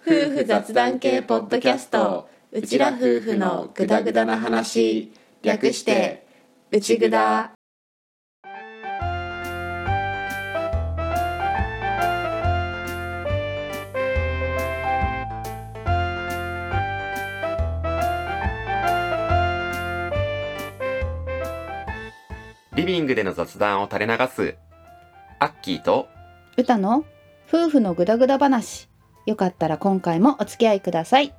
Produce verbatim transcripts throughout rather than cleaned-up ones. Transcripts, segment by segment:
夫婦雑談系ポッドキャスト、うちら夫婦のグダグダな話、略してうちぐだ。 リビングでの雑談を垂れ流すアッキーと歌の夫婦のグダグダ話。よかったら今回もお付き合いください。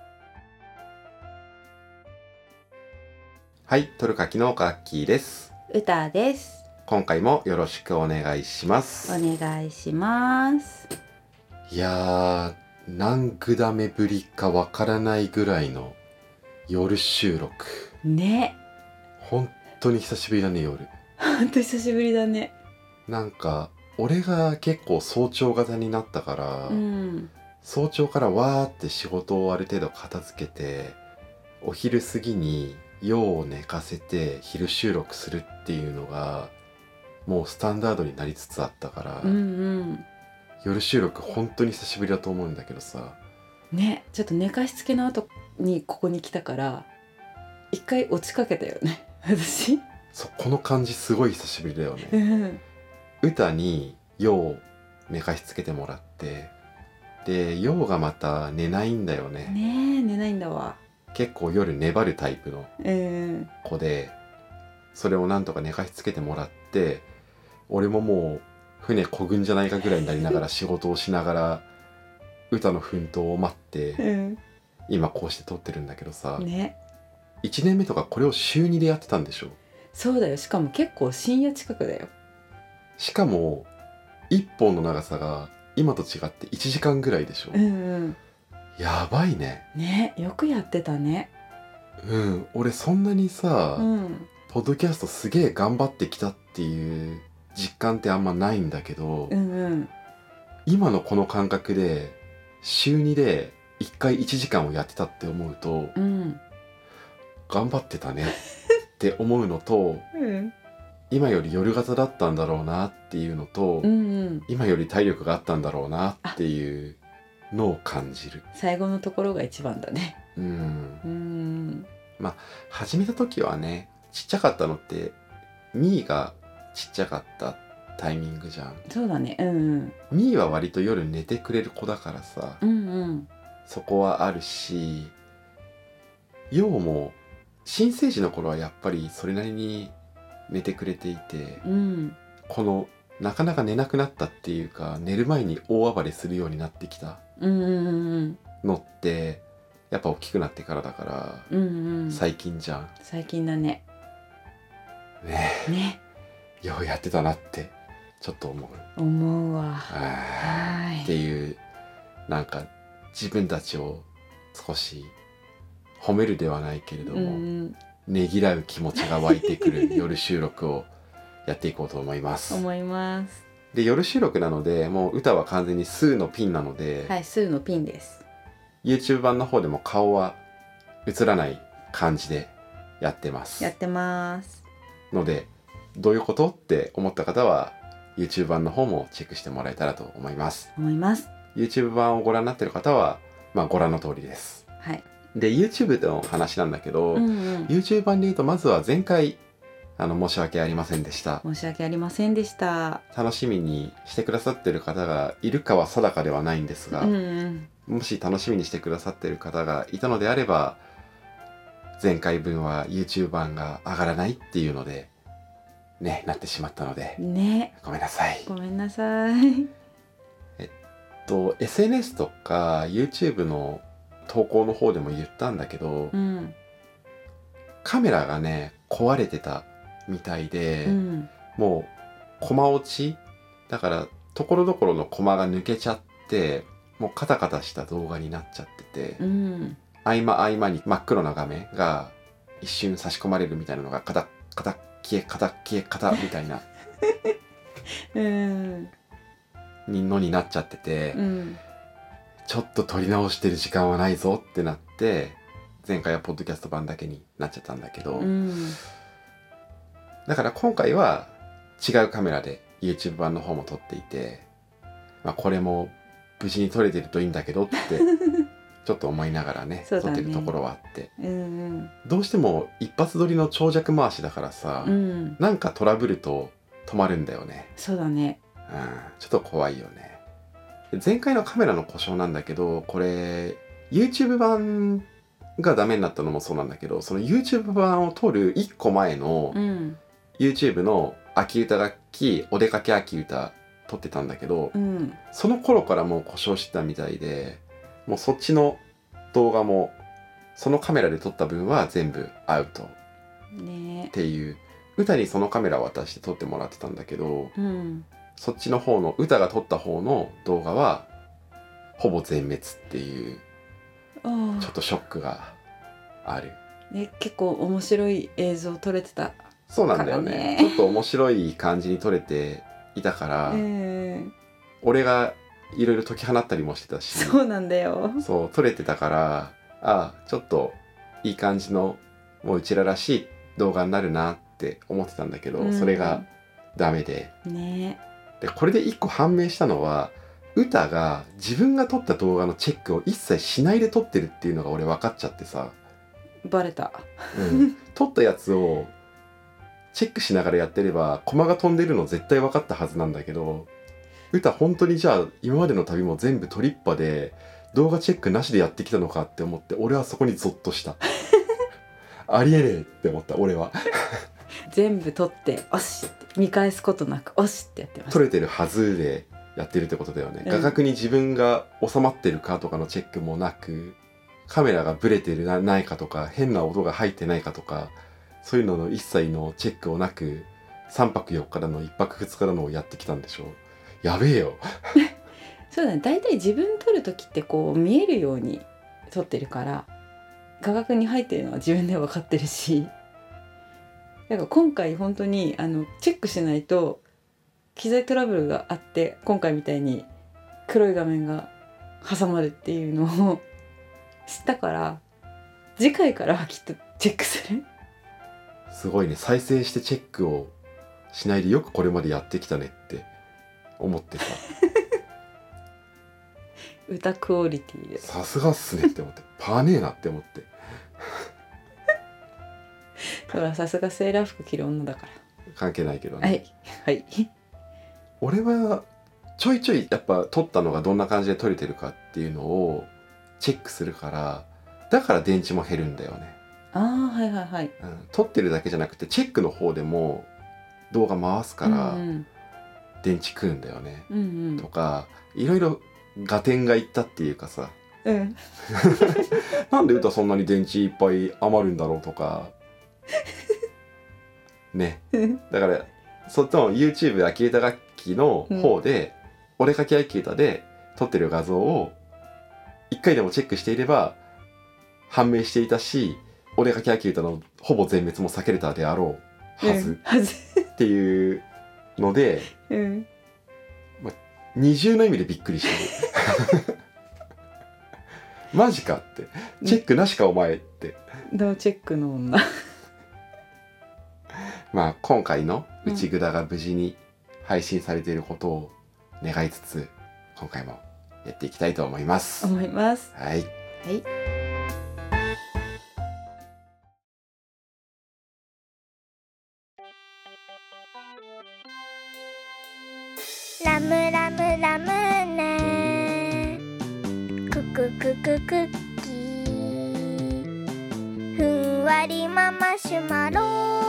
はい、トルカキのアッキーです。 歌です。 今回もよろしくお願いします。 お願いします。 いやー、何グダ目ぶりかわからないぐらいの夜収録ね。 本当に久しぶりだね。夜本当久しぶりだね。 なんか俺が結構早朝型になったから、うん、早朝からわーって仕事をある程度片付けて、お昼過ぎに夜を寝かせて昼収録するっていうのがもうスタンダードになりつつあったから、うんうん、夜収録本当に久しぶりだと思うんだけどさね。ちょっと寝かしつけの後にここに来たから一回落ちかけたよね私。 そう、この感じすごい久しぶりだよね、 うん、 歌に夜を寝かしつけてもらって、で夜がまた寝ないんだよね。 ねえ、寝ないんだわ。 結構夜粘るタイプの子で、うん、それをなんとか寝かしつけてもらって、俺ももう船漕ぐんじゃないかぐらいになりながら仕事をしながら歌の奮闘を待って、うん、今こうして撮ってるんだけどさ、ね、いちねんめとかこれを週にでやってたんでしょ。 そうだよ。しかも結構深夜近くだよ。 しかもいっぽんの長さが今と違っていちじかんぐらいでしょ、うんうん、やばいね。 ね、よくやってたね。 うん、俺そんなにさ、うん、ポッドキャストすげえ頑張ってきたっていう実感ってあんまないんだけど、うんうん、今のこの感覚で週にでいっかいいちじかんをやってたって思うと、うん、頑張ってたねって思うのと、うん、今より夜型だったんだろうなっていうのと、うんうん、今より体力があったんだろうなっていうのを感じる。 最後のところが一番だね。うん、 うん、まあ始めた時はね、ちっちゃかったのってミーがちっちゃかったタイミングじゃん。 そうだね。うんうん、 ミーは割と夜寝てくれる子だからさ、うんうん、そこはあるし、ヨウも新生児の頃はやっぱりそれなりに寝てくれていて、うん、このなかなか寝なくなったっていうか、寝る前に大暴れするようになってきたのってやっぱ大きくなってからだから、うんうん、最近じゃん。 最近だね。 ねえ、 ね、 ようやってたなってちょっと思う。 思うわ。はいっていう、なんか自分たちを少し褒めるではないけれども、うん、ねぎらう気持ちが湧いてくる夜収録をやっていこうと思います思います。 で、夜収録なのでもう歌は完全にスーのピンなので、 はい、スーのピンです。 YouTube 版の方でも顔は映らない感じでやってますやってますので、どういうことって思った方は YouTube 版の方もチェックしてもらえたらと思います思います。 YouTube 版をご覧になっている方はまあご覧の通りです。 はい。 で YouTube の話なんだけど、うんうん、YouTube 版で言うとまずは前回あの申し訳ありませんでした。 申し訳ありませんでした。 楽しみにしてくださってる方がいるかは定かではないんですが、うんうん、もし楽しみにしてくださってる方がいたのであれば、前回分は YouTube 版が上がらないっていうのでね、なってしまったので、ね、ごめんなさい。 ごめんなさい。 えっと エスエヌエス とか YouTube の投稿の方でも言ったんだけど、うん、カメラがね壊れてたみたいで、うん、もうコマ落ちだからところどころのコマが抜けちゃって、もうカタカタした動画になっちゃってて、うん、合間合間に真っ黒な画面が一瞬差し込まれるみたいなのがカタカタ消えカタ消えカタみたいなうんのになっちゃってて、うん、ちょっと撮り直してる時間はないぞってなって、前回はポッドキャスト版だけになっちゃったんだけど、うん、だから今回は違うカメラで YouTube 版の方も撮っていて、まあ、これも無事に撮れてるといいんだけどってちょっと思いながら ね, ね撮ってるところはあって、 うんうん、 どうしても一発撮りの長尺回しだからさ、うん、なんかトラブルと止まるんだよね。 そうだね、 うん、ちょっと怖いよね。前回のカメラの故障なんだけど、これ YouTube 版がダメになったのもそうなんだけど、その YouTube 版を撮るいっこまえの YouTube の秋歌楽器お出かけ秋歌撮ってたんだけど、うん、その頃からもう故障してたみたいで、もうそっちの動画もそのカメラで撮った分は全部アウトっていう、ね、歌にそのカメラを渡して撮ってもらってたんだけど、うん、そっちの方の歌が撮った方の動画はほぼ全滅っていう、ちょっとショックがある、 ね、結構面白い映像撮れてたからね。 そうなんだよね、ちょっと面白い感じに撮れていたから、えー、俺がいろいろ解き放ったりもしてたし、 そうなんだよ、 そう撮れてたから、あちょっといい感じのもううちららしい動画になるなって思ってたんだけど、うん、それがダメで、ね、でこれで一個判明したのは、歌が自分が撮った動画のチェックを一切しないで撮ってるっていうのが俺分かっちゃってさ、 バレた、 うん、撮ったやつをチェックしながらやってればコマが飛んでるの絶対分かったはずなんだけど、歌本当にじゃあ今までの旅も全部トリッパで動画チェックなしでやってきたのかって思って、俺はそこにゾッとしたありえねえって思った俺は全部撮っておしって見返すことなくおしってやってました。 撮れてるはずでやってるってことだよね、うん、画角に自分が収まってるかとかのチェックもなく、カメラがブレてるなないかとか変な音が入ってないかとか、そういうのの一切のチェックをなくさんぱくよっかだのいっぱくふつかだのをやってきたんでしょ。やべえよそうだね、だいたい自分撮るときってこう見えるように撮ってるから、画角に入ってるのは自分で分かってるし、だから今回本当にあのチェックしないと機材トラブルがあって、今回みたいに黒い画面が挟まるっていうのを知ったから、次回からはきっとチェックする。 すごいね、再生してチェックをしないでよくこれまでやってきたねって思ってさ歌クオリティでさすがっすねって思ってパーねえなって思ってほらさすがセーラー服着る女だから関係ないけどね。 はい、はい、 俺はちょいちょいやっぱ撮ったのがどんな感じで撮れてるかっていうのをチェックするから、だから電池も減るんだよね。 ああはいはいはい、 うん、撮ってるだけじゃなくてチェックの方でも動画回すから、うんうん、電池食うんだよね、うんうん、とかいろいろ合点がいったっていうかさ、うん、なんで歌そんなに電池いっぱい余るんだろうとかね、だからそっちの YouTube 秋歌楽器の方で、うん、お出かけ秋歌で撮ってる画像をいっかいでもチェックしていれば判明していたし、お出かけ秋歌のほぼ全滅も避けれたであろうはず、うん、はずっていうので、うんま、二重の意味でびっくりしてるマジかってチェックなしかお前ってノーチェックの女まあ今回の内ぐだが無事に配信されていることを願いつつ、うん、今回もやっていきたいと思います思いますはい、はいラムラムラムネクククククッキーふんわりママシュマロ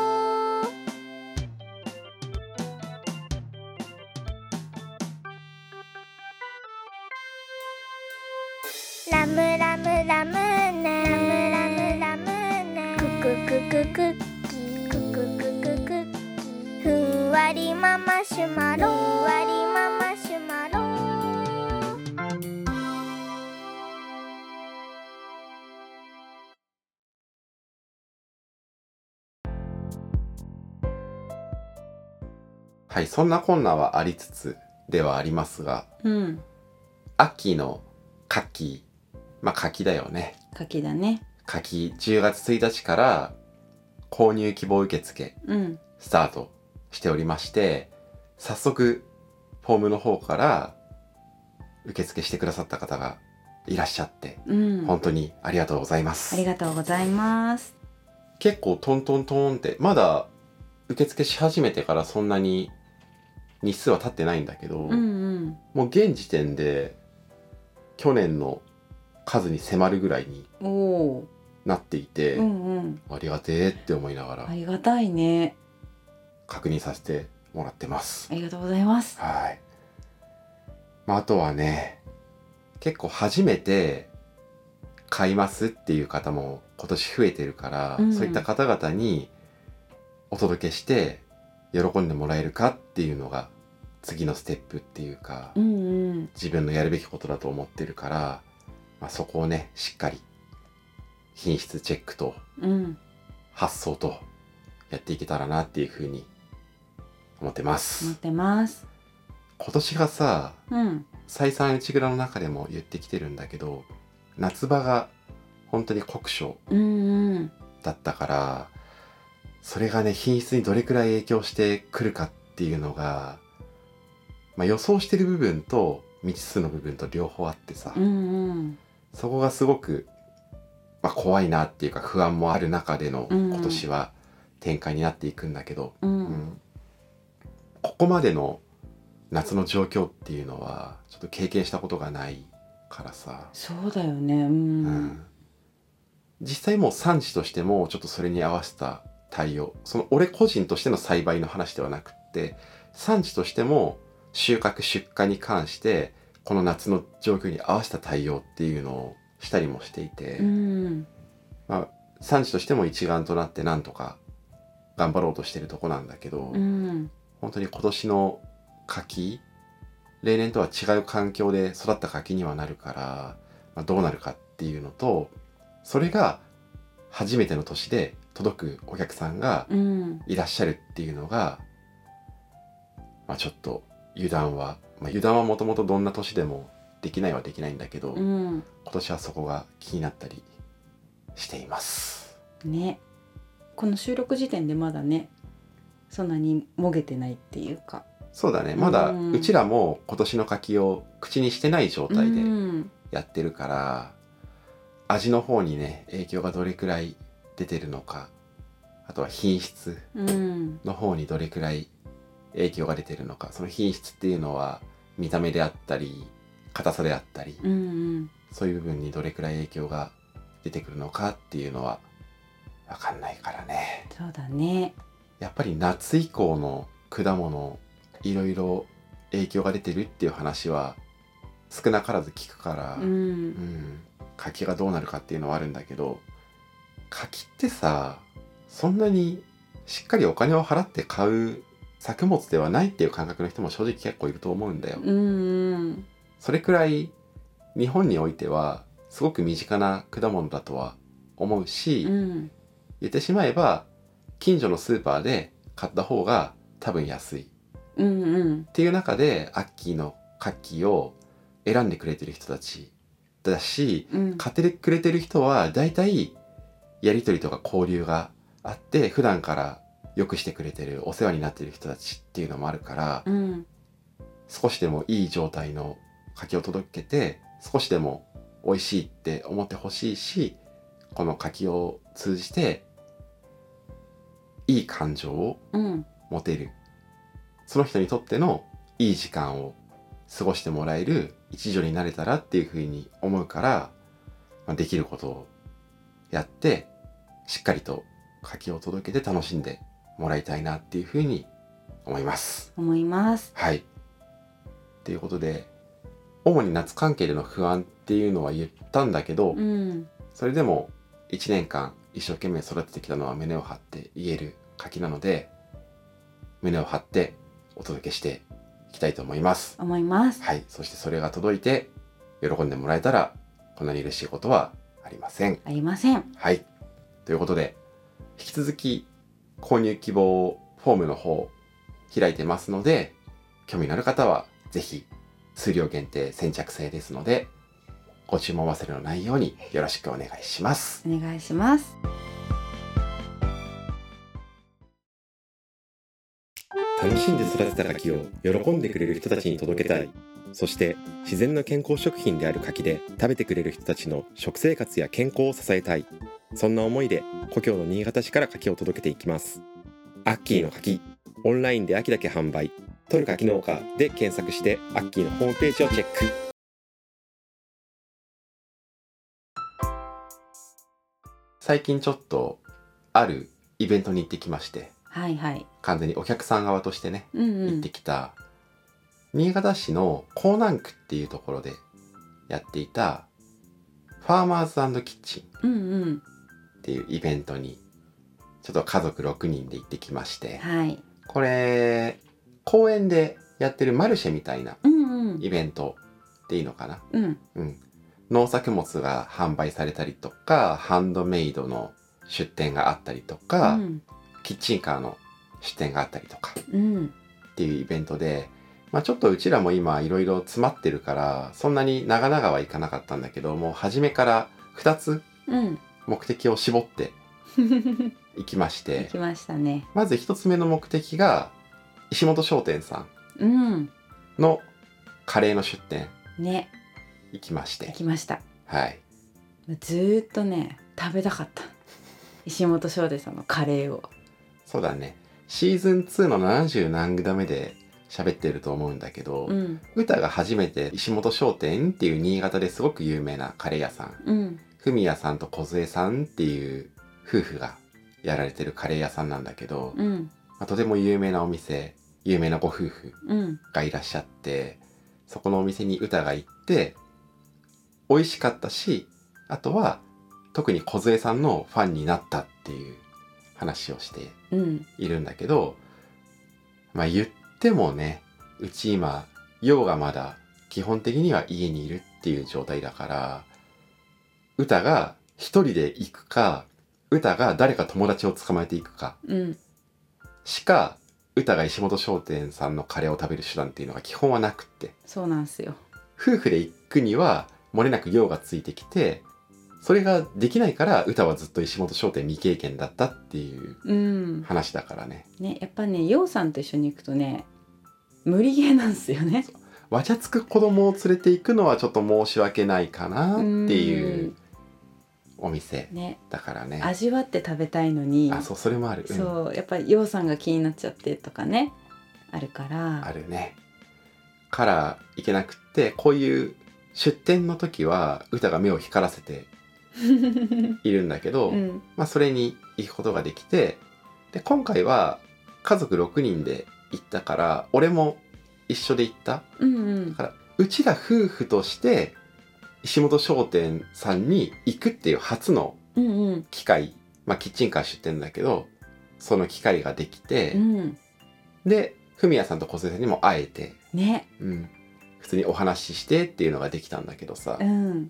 ラムラムラムネラムラムラムネクククククッキークククククッキーふんわりママシュマロふんわりママシュマロはい、そんなこんなはありつつではありますが、うん、秋の牡蠣、まあ牡蠣だよね。 牡蠣だね。 牡蠣じゅうがつついたちから購入希望受付スタートしておりまして、うん、早速フォームの方から受付してくださった方がいらっしゃって、 うん、 本当にありがとうございます。 ありがとうございます。 結構トントントンってまだ受付し始めてからそんなに日数は経ってないんだけど、 うんうん、 もう現時点で去年の数に迫るぐらいになっていて、 うんうん、 ありがてえって思いながらありがたいね、 確認させてもらってます。 ありがとうございます。 はい。まあ、あとはね、結構初めて買いますっていう方も今年増えてるから、うん、そういった方々にお届けして喜んでもらえるかっていうのが次のステップっていうか、 うんうん、 自分のやるべきことだと思ってるから、まあ、そこをねしっかり品質チェックと発送とやっていけたらなっていうふうに思ってます。 思ってます。 今年がさ、 うん、 再三内蔵の中でも言ってきてるんだけど、夏場が本当に酷暑だったから、うんうん、それがね品質にどれくらい影響してくるかっていうのが、まあ、予想してる部分と未知数の部分と両方あってさ、 うんうん、 そこがすごく、まあ、怖いなっていうか不安もある中での今年は展開になっていくんだけど、 うんうん、ここまでの夏の状況っていうのはちょっと経験したことがないからさ。 そうだよね、うんうん、 実際もう産地としてもちょっとそれに合わせた対応、その俺個人としての栽培の話ではなくって産地としても収穫出荷に関してこの夏の状況に合わせた対応っていうのをしたりもしていて、 うん、 まあ、産地としても一丸となってなんとか頑張ろうとしてるとこなんだけど、 うん、 本当に今年の柿、例年とは違う環境で育った柿にはなるから、まあ、どうなるかっていうのと、それが初めての年で届くお客さんがいらっしゃるっていうのが、うん、まあ、ちょっと油断は、まあ、油断はもともとどんな年でもできないはできないんだけど、うん、今年はそこが気になったりしていますね。この収録時点でまだねそんなにもげてないっていうか、 そうだね、まだうちらも今年の柿を口にしてない状態でやってるから、うん、味の方にね影響がどれくらい出てるのか、あとは品質の方にどれくらい影響が出てるのか、その品質っていうのは見た目であったり硬さであったり、 うんうん、 そういう部分にどれくらい影響が出てくるのかっていうのは分かんないからね。 そうだね。 やっぱり夏以降の果物いろいろ影響が出てるっていう話は少なからず聞くから、 うんうん、 柿がどうなるかっていうのはあるんだけど、柿ってさそんなにしっかりお金を払って買う作物ではないっていう感覚の人も正直結構いると思うんだよ、 うんうん、 それくらい日本においてはすごく身近な果物だとは思うし、うん、言ってしまえば近所のスーパーで買った方が多分安い、 うんうん、 っていう中でアッキーの柿を選んでくれてる人たちだし、うん、買ってくれてる人はだいたいやり取りとか交流があって普段からよくしてくれてるお世話になってる人たちっていうのもあるから、 うん、 少しでもいい状態の柿を届けて少しでも美味しいって思ってほしいし、この柿を通じていい感情を持てる、うん、その人にとってのいい時間を過ごしてもらえる一助になれたらっていうふうに思うから、まあ、できることをやってしっかりと柿を届けて楽しんでもらいたいなっていうふうに思います思いますはいということで、主に夏関係での不安っていうのは言ったんだけど、 うん、 それでもいちねんかん一生懸命育ててきたのは胸を張って言える柿なので、胸を張ってお届けしていきたいと思います思いますはい、そしてそれが届いて喜んでもらえたらこんなに嬉しいことはありませんありませんはいということで、引き続き購入希望フォームの方開いてますので、興味のある方はぜひ数量限定先着制ですのでご注文忘れのないようによろしくお願いしますお願いします。 楽しんで育てた柿を喜んでくれる人たちに届けたい、 そして自然の健康食品である柿で食べてくれる人たちの食生活や健康を支えたい、そんな思いで故郷の新潟市から柿を届けていきます。アッキーの柿、オンラインで秋だけ販売、取る柿農家で検索してアッキーのホームページをチェック。 最近ちょっとあるイベントに行ってきまして、 はいはい、 完全にお客さん側としてね、 うんうん、 行ってきた新潟市の江南区っていうところでやっていたファーマーズ&キッチンっていうイベントにちょっと家族ろくにんで行ってきまして、 はい、 これ公園でやってるマルシェみたいなイベントでいいのかな、 うんうん、農作物が販売されたりとか、ハンドメイドの出店があったりとか、うん、キッチンカーの出店があったりとか、うん、っていうイベントで、まあ、ちょっとうちらも今いろいろ詰まってるからそんなに長々はいかなかったんだけど、もう初めからふたつ目的を絞って行きまして、 行きましたね。 まずひとつめの目的が石本商店さんのカレーの出店、 ね、 行きまして行きました。 はい。 ずーっとね食べたかった石本商店さんのカレーを。 そうだね、シーズンツーのななじゅう何グダ目で喋ってると思うんだけど、うん、歌が初めて石本商店っていう新潟ですごく有名なカレー屋さん、うん、ふみやさんと梢さんっていう夫婦がやられてるカレー屋さんなんだけど、うん、まあ、とても有名なお店、有名なご夫婦がいらっしゃって、うん、そこのお店に歌が行って美味しかったし、あとは特に梢さんのファンになったっていう話をしているんだけど、うん、まあ言ってもね、うち今陽がまだ基本的には家にいるっていう状態だから、歌が一人で行くか、歌が誰か友達を捕まえていくか、うん、しか歌が石本商店さんのカレーを食べる手段っていうのが基本はなくって。 そうなんですよ。 夫婦で行くには漏れなく陽がついてきて、それができないから歌はずっと石本商店未経験だったっていう話だからね。 うん、ね、やっぱね、陽さんと一緒に行くとね無理ゲーなんですよね。 わちゃつく子供を連れて行くのはちょっと申し訳ないかなっていうお店だからね。 味わって食べたいのに。 あ、そう、それもある。 うん、そう、やっぱり陽さんが気になっちゃってとかね、あるから。 あるね。からいけなくって、こういう出店の時は歌が目を光らせているんだけど、うん、まあそれに行くことができて、で今回は家族ろくにんで行ったから俺も一緒で行った、うんうん、だからうちら夫婦として石本商店さんに行くっていう初の機会、うんうん、まあキッチンカー出店だけどその機会ができて、うん、でふみやさんと梢さんにも会えてね、 うん、普通にお話ししてっていうのができたんだけどさ、うん、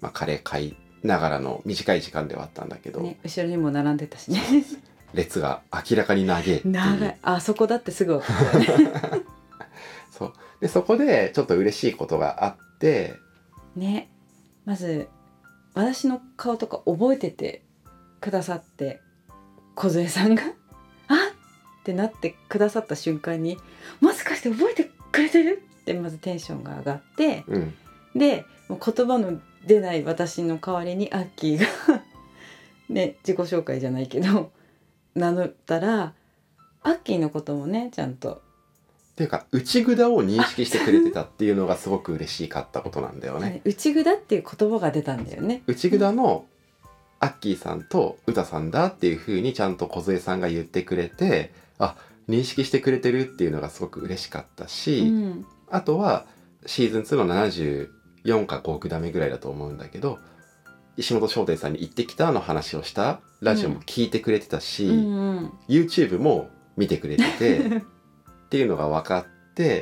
まあカレー買いながらの短い時間ではあったんだけど、 ね、後ろにも並んでたしね列が明らかに長いっていう。 長い、あそこだってすぐ分かったよねそうで、そこでちょっと嬉しいことがあってね、まず私の顔とか覚えててくださって、梢さんがあってなってくださった瞬間に、もしかして覚えてくれてるってまずテンションが上がって、うん、でもう言葉の出ない私の代わりにアッキーがね、自己紹介じゃないけど名乗ったら、アッキーのこともねちゃんとっていうか内ぐだを認識してくれてたっていうのがすごく嬉しかったことなんだよね。 内ぐだっていう言葉が出たんだよね。 内ぐだのアッキーさんと歌さんだっていう風にちゃんと梢さんが言ってくれて、あ、認識してくれてるっていうのがすごく嬉しかったし、うん、あとはシーズンツーのななじゅうよんかごグダ目ぐらいだと思うんだけど、石本商店さんに行ってきたの話をしたラジオも聞いてくれてたし、うんうんうん、YouTube も見てくれててっていうのが分かって、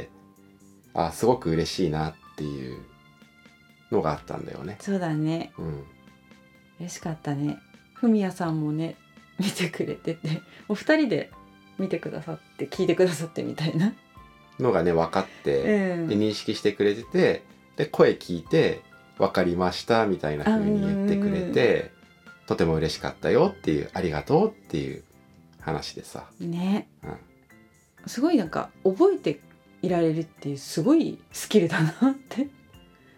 あ、すごく嬉しいなっていうのがあったんだよね。 そうだね、うん、嬉しかったね。ふみやさんもね見てくれてて、お二人で見てくださって聞いてくださってみたいなのがね分かって、うん、で認識してくれてて、で声聞いて分かりましたみたいな風に言ってくれて、とても嬉しかったよっていう、ありがとうっていう話でさね、うん、すごいなんか覚えていられるっていうすごいスキルだなって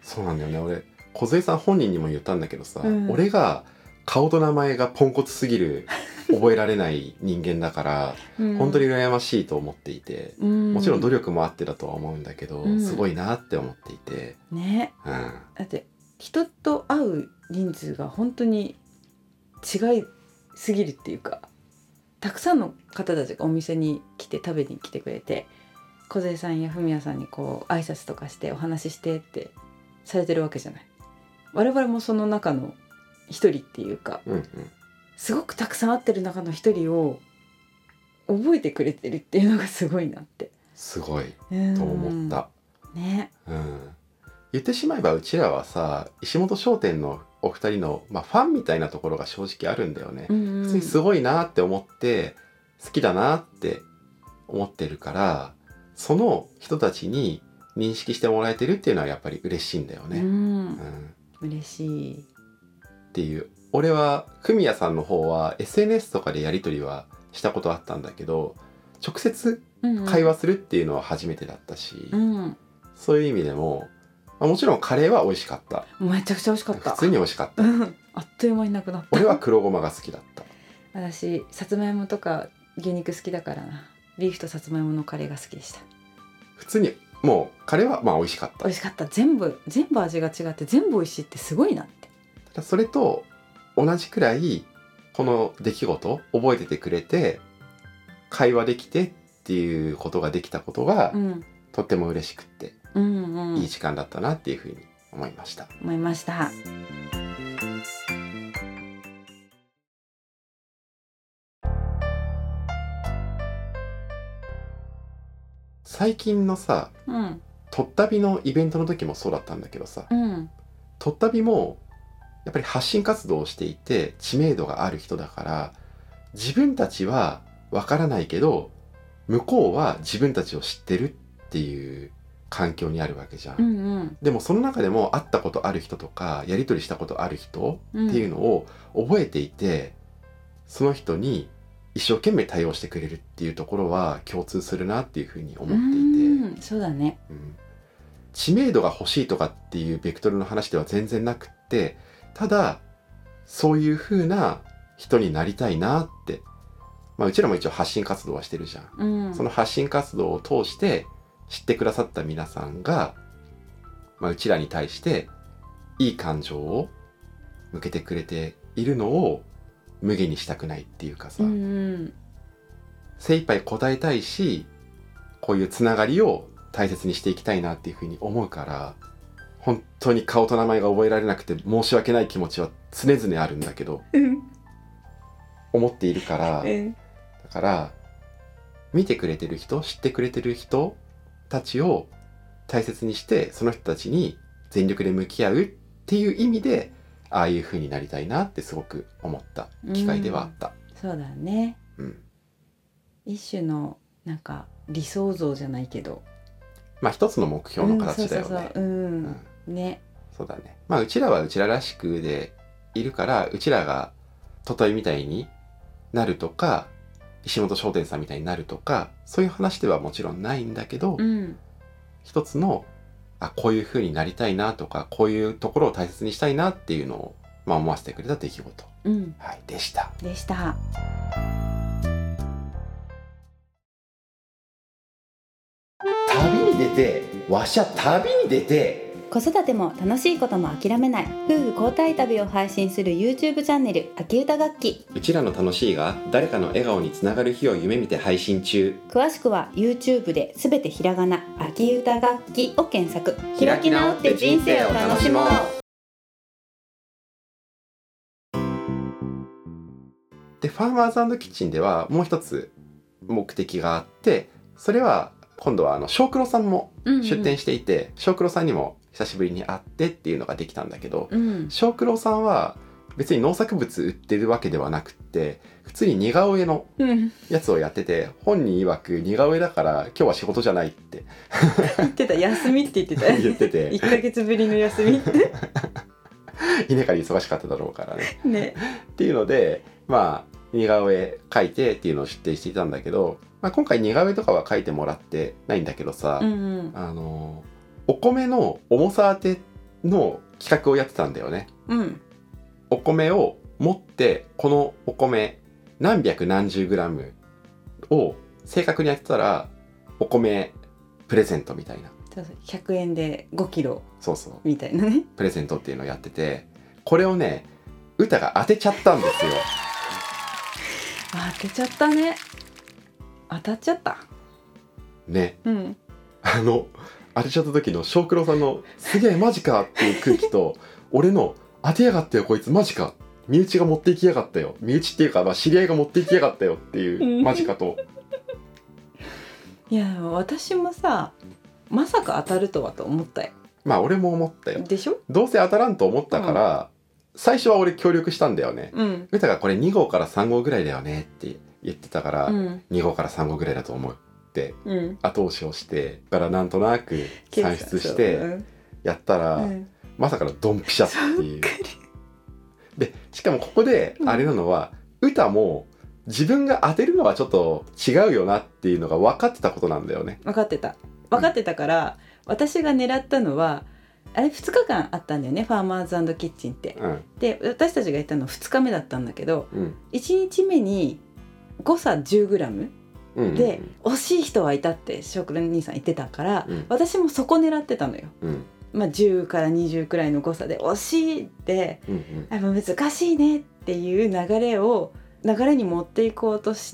そうなんだよね。俺梢さん本人にも言ったんだけどさ、 うん、 俺が顔と名前がポンコツすぎる覚えられない人間だから、うん、本当に羨ましいと思っていて、うん、もちろん努力もあってだとは思うんだけど、うん、すごいなって思っていてね、うん、だって人と会う人数が本当に違いすぎるっていうか、たくさんの方たちがお店に来て食べに来てくれて、梢さんや文也さんにこう挨拶とかしてお話ししてってされてるわけじゃない。我々もその中の一人っていうか、うんうん、すごくたくさん会ってる中の一人を覚えてくれてるっていうのがすごいなって、 すごいと思った、 ね、 うん、言ってしまえばうちらはさ、石本商店のお二人の、まあ、ファンみたいなところが正直あるんだよね、うんうん、普通にすごいなって思って好きだなって思ってるから、その人たちに認識してもらえてるっていうのはやっぱり嬉しいんだよね、うんうん、嬉しいっていう。俺はフミヤさんの方は エスエヌエス とかでやり取りはしたことあったんだけど、直接会話するっていうのは初めてだったし、うんうん、そういう意味でも、まあ、もちろんカレーは美味しかった。 めちゃくちゃ美味しかった。 普通に美味しかった、うん、 あっという間になくなった。 俺は黒ごまが好きだった。 私さつまいもとか牛肉好きだからな、ビーフとさつまいものカレーが好きでした。 普通にもうカレーはまあ美味しかった。 美味しかった。全部全部味が違って全部美味しいってすごいなって。 ただそれと同じくらいこの出来事覚えててくれて会話できてっていうことができたことが、うん、とっても嬉しくって、うんうん、いい時間だったなっていうふうに思いました思いました最近のさ、うん、とったびのイベントの時もそうだったんだけどさ、うん、とったびもやっぱり発信活動をしていて知名度がある人だから、自分たちはわからないけど向こうは自分たちを知ってるっていう環境にあるわけじゃん、うんうん、でもその中でも会ったことある人とかやり取りしたことある人っていうのを覚えていて、うん、その人に一生懸命対応してくれるっていうところは共通するなっていうふうに思っていて、 うん、そうだね、うん、 知名度が欲しいとかっていうベクトルの話では全然なくって、ただそういう風な人になりたいなって、まあ、うちらも一応発信活動はしてるじゃん、うん、その発信活動を通して知ってくださった皆さんが、まあ、うちらに対していい感情を向けてくれているのを無限にしたくないっていうかさ、うんうん、精一杯答えたいし、こういうつながりを大切にしていきたいなっていう風に思うから、本当に顔と名前が覚えられなくて申し訳ない気持ちは常々あるんだけど、うん、思っているから、うん、だから見てくれてる人、知ってくれてる人たちを大切にして、その人たちに全力で向き合うっていう意味でああいう風になりたいなってすごく思った機会ではあった、 うん、そうだね、うん、一種のなんか理想像じゃないけど、 まあ一つの目標の形だよね。 うん、うんうんね、 そうだね。まあうちらはうちららしくでいるから、うちらがとといみたいになるとか、石本商店さんみたいになるとか、そういう話ではもちろんないんだけど、うん、一つのあこういう風になりたいなとか、こういうところを大切にしたいなっていうのを、まあ、思わせてくれた出来事、うんはい、でした。 でした。 旅に出て、わしゃ旅に出て。 子育ても楽しいことも諦めない夫婦交代旅を配信する YouTube チャンネル秋歌楽器。 うちらの楽しいが誰かの笑顔につながる日を夢見て配信中。 詳しくは YouTube ですべてひらがな秋歌楽器を検索。 開き直って人生を楽しもう。でファーマーズ&キッチンではもう一つ目的があって、それは今度はあの小黒さんも出店していて、うんうん、小黒さんにも久しぶりに会ってっていうのができたんだけど、うん、小黒さんは別に農作物売ってるわけではなくって普通に似顔絵のやつをやってて、うん、本人曰く似顔絵だから今日は仕事じゃないって言ってた。休みって言ってた言ってていっかげつぶりの休みって稲刈り忙しかっただろうからねねっていうので、まあ似顔絵描いてっていうのを出展していたんだけど、まあ、今回似顔絵とかは描いてもらってないんだけどさ、うんうん、あのお米の重さ当てっの企画をやってたんだよね。 うん、 お米を持ってこのお米何百何十グラムを正確にやってたらお米プレゼントみたいな、 そうそうひゃくえんでごキロそうそうみたいなねプレゼントっていうのをやってて、これをね歌が当てちゃったんですよ。 当てちゃったね。当たっちゃったね、 うん、 あの当てちゃった時の小黒さんのすげえマジかっていう空気と俺の当てやがったよこいつマジか、身内が持っていきやがったよ、身内っていうか、まあ、知り合いが持っていきやがったよっていうマジかといや私もさまさか当たるとはと思ったよ。 まあ俺も思ったよ。 でしょ。 どうせ当たらんと思ったから、うん、最初は俺協力したんだよね。 うん、 歌がこれに号からさん号ぐらいだよねって言ってたから、 うん、 に号からさん号ぐらいだと思うって後押しをして、 うん、 からなんとなく算出してやったら、うん、まさかのドンピシャっていう。でしかもここであれなのは、うん、歌も自分が当てるのはちょっと違うよなっていうのが分かってたことなんだよね。 分かってた分かってたから、うん、私が狙ったのはあれふつかかんあったんだよね、ファーマーズ&キッチンって、うん、で私たちが行ったのふつかめだったんだけど、うん、いちにちめに誤差 じゅうグラム、うんうんうん、で惜しい人はいたって翔くん兄さん言ってたから、うん、私もそこ狙ってたのよ、うんまあ、じゅうからにじゅうくらいの誤差で惜しいって、うんうん、やっぱ難しいねっていう流れを流れに持っていこうとして、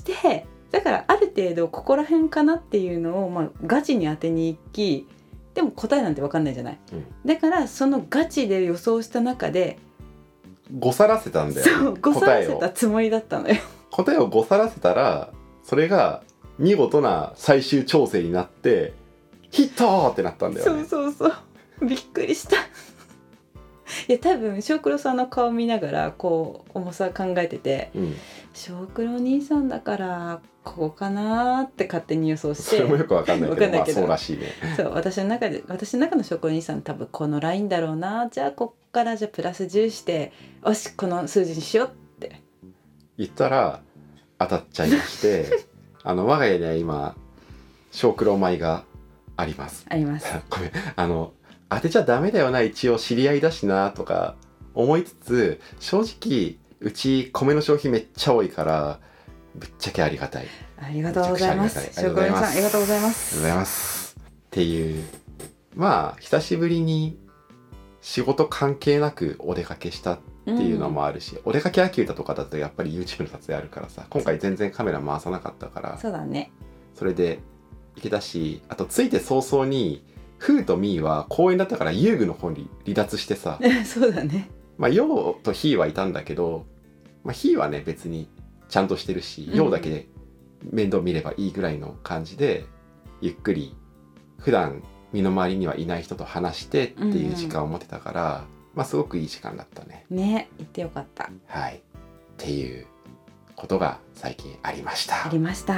だからある程度ここら辺かなっていうのを、まあ、ガチに当てに行き、でも答えなんて分かんないじゃない、うん、だからそのガチで予想した中で誤差らせたんだよ、ね、 そう誤差らせたつもりだったのよ。 答えを誤差らせたらそれが見事な最終調整になってヒットってなったんだよね。 そうそうそうびっくりしたいや多分翔黒さんの顔見ながらこう重さ考えてて、うん、翔黒兄さんだからここかなって勝手に予想して、 それもよくわかんないけど、まあそうらしいね。 そう私の中で私の中の翔黒兄さん多分このラインだろうな、じゃあこっからじゃあプラスじゅうしてよしこの数字にしようって言ったら当たっちゃいましてあの我が家には今翔黒米がありますありますごめんあの当てちゃダメだよな、一応知り合いだしなとか思いつつ、正直うち米の消費めっちゃ多いからぶっちゃけありがたい。 ありがとうございます。翔黒さんありがとうございます。 ありがとうございますっていう、まあ久しぶりに仕事関係なくお出かけしたっていうのもあるし、うん、お出かけ秋歌とかだとやっぱり YouTube の撮影あるからさ、今回全然カメラ回さなかったから、 そうだね、 それで行けたし、あとついて早々にフーとミーは公園だったから遊具の方に離脱してさそうだね、 まあヨウとヒーはいたんだけど、まあ、ヒーはね別にちゃんとしてるし、ヨウだけで面倒見ればいいぐらいの感じで、ゆっくり普段身の回りにはいない人と話してっていう時間を持てたから、うんうん、まあすごくいい時間だったね。 ね、行ってよかった。 はい、っていうことが最近ありました。 ありました。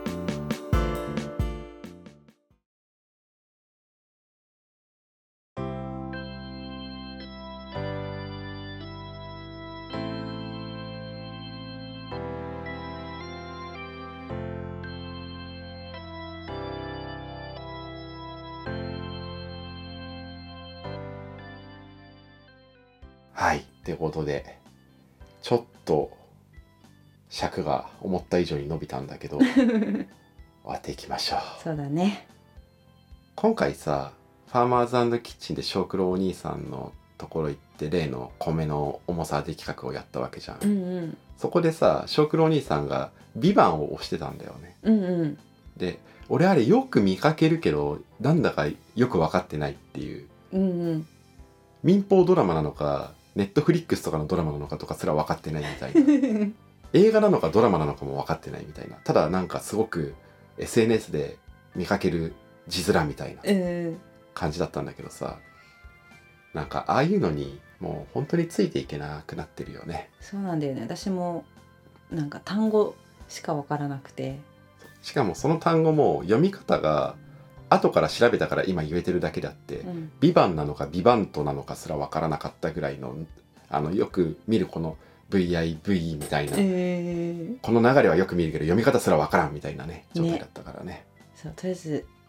はい、ってことでちょっと尺が思った以上に伸びたんだけど終わっていきましょう。 そうだね。 今回さ、ファーマーズ&キッチンで翔黒お兄さんのところ行って例の米の重さ当て企画をやったわけじゃん、うんうん、そこでさ翔黒お兄さんがビバンを推してたんだよね、うんうん、で俺あれよく見かけるけどなんだかよく分かってないっていう、うんうん、民放ドラマなのかネットフリックスとかのドラマなのかとかすら分かってないみたいな映画なのかドラマなのかも分かってないみたいな、ただなんかすごく エスエヌエス で見かける字面みたいな感じだったんだけどさ、なんかああいうのにもう本当についていけなくなってるよね。 そうなんだよね。私もなんか単語しか分からなくて、 しかもその単語も読み方が後から調べたから今言えてるだけであって、うん、ビバンなのかビバントなのかすら分からなかったぐらいの、あのよく見るこの ブイアイブイ みたいな、えー、この流れはよく見るけど読み方すら分からんみたいなね状態だったからね。 そう、とりあえず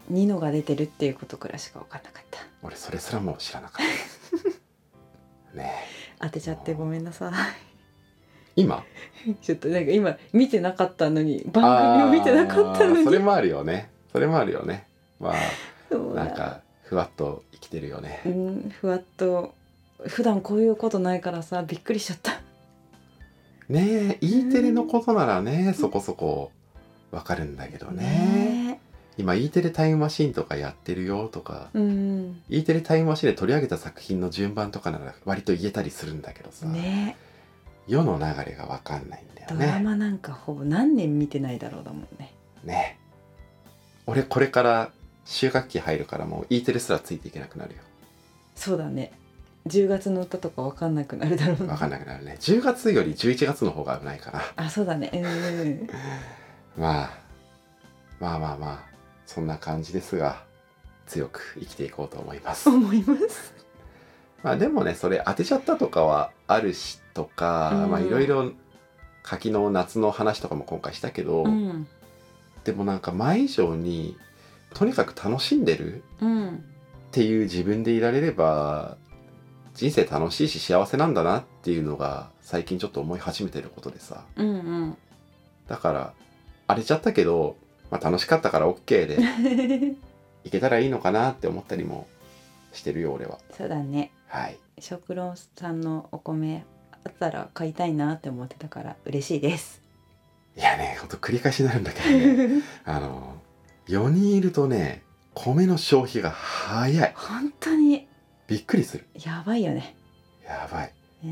ニノが出てるっていうことくらいしか分かんなかった。 俺それすらも知らなかったねえ、 当てちゃってごめんなさい。 今ちょっとなんか今見てなかったのに、番組を見てなかったのに。 それもあるよね、それもあるよね。まあなんかふわっと生きてるよね。 うん、ふわっと。普段こういうことないからさ、びっくりしちゃった。 ねえ、E テレのことならね、そこそこわかるんだけどね。ね今 E テレタイムマシーンとかやってるよとか、うん、E テレタイムマシーンで取り上げた作品の順番とかなら割と言えたりするんだけどさ、ね、世の流れがわかんないんだよね。 ドラマなんかほぼ何年見てないだろうだもんね。 ね、俺これから収穫期入るからもう E テレすらついていけなくなるよ。 そうだね、じゅうがつの歌とかわかんなくなるだろうね。 わかんなくなるね。じゅうがつよりじゅういちがつの方が危ないかな。 あ、そうだね、うんまあまあまあまあそんな感じですが、強く生きていこうと思います思いますまあでもね、それ当てちゃったとかはあるしとか、うん、まあいろいろ柿の夏の話とかも今回したけど、うん、でもなんか前以上にとにかく楽しんでるっていう自分でいられれば人生楽しいし幸せなんだなっていうのが最近ちょっと思い始めてることでさ、うんうん、だから荒れちゃったけど、まあ、楽しかったから OK でいけたらいいのかなって思ったりもしてるよ俺は。 そうだね、 はい、 食郎さんのお米あったら買いたいなって思ってたから嬉しいです。 いやね、ほんと繰り返しになるんだけどねあのよにんいるとね米の消費が早い。 本当にびっくりする。 やばいよね。 やばい、うん、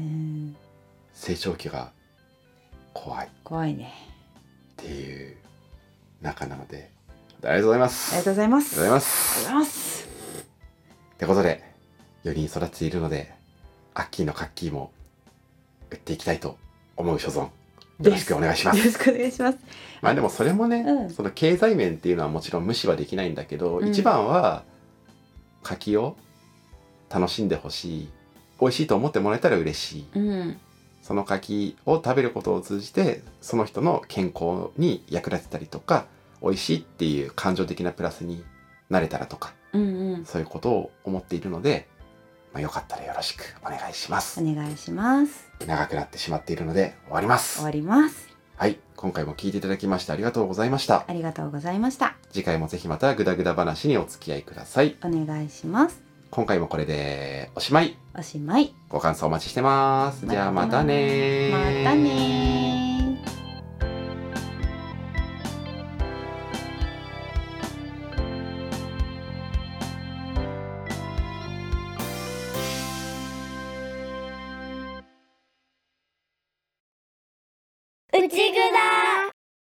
成長期が怖い怖いねっていう中なので、ありがとうございます。 ありがとうございます。 ありがとうございます。 ありがとうございます。 ってことでよにん育っているのでアッキーのカッキーも売っていきたいと思う所存、よろしくお願いします。 よろしくお願いします。 まあでもそれもね、うん、その経済面っていうのはもちろん無視はできないんだけど、うん、一番は柿を楽しんでほしい、美味しいと思ってもらえたら嬉しい、うん、その柿を食べることを通じてその人の健康に役立てたりとか、美味しいっていう感情的なプラスになれたらとか、うんうん、そういうことを思っているので、まあ、よかったらよろしくお願いします。 お願いします。 長くなってしまっているので終わります。 終わります。 はい、今回も聞いていただきましてありがとうございました。 ありがとうございました。 次回もぜひまたグダグダ話にお付き合いください。 お願いします。 今回もこれでおしまい。 おしまい。 ご感想お待ちしてます。じゃあまたね。 またね。 うちぐだ。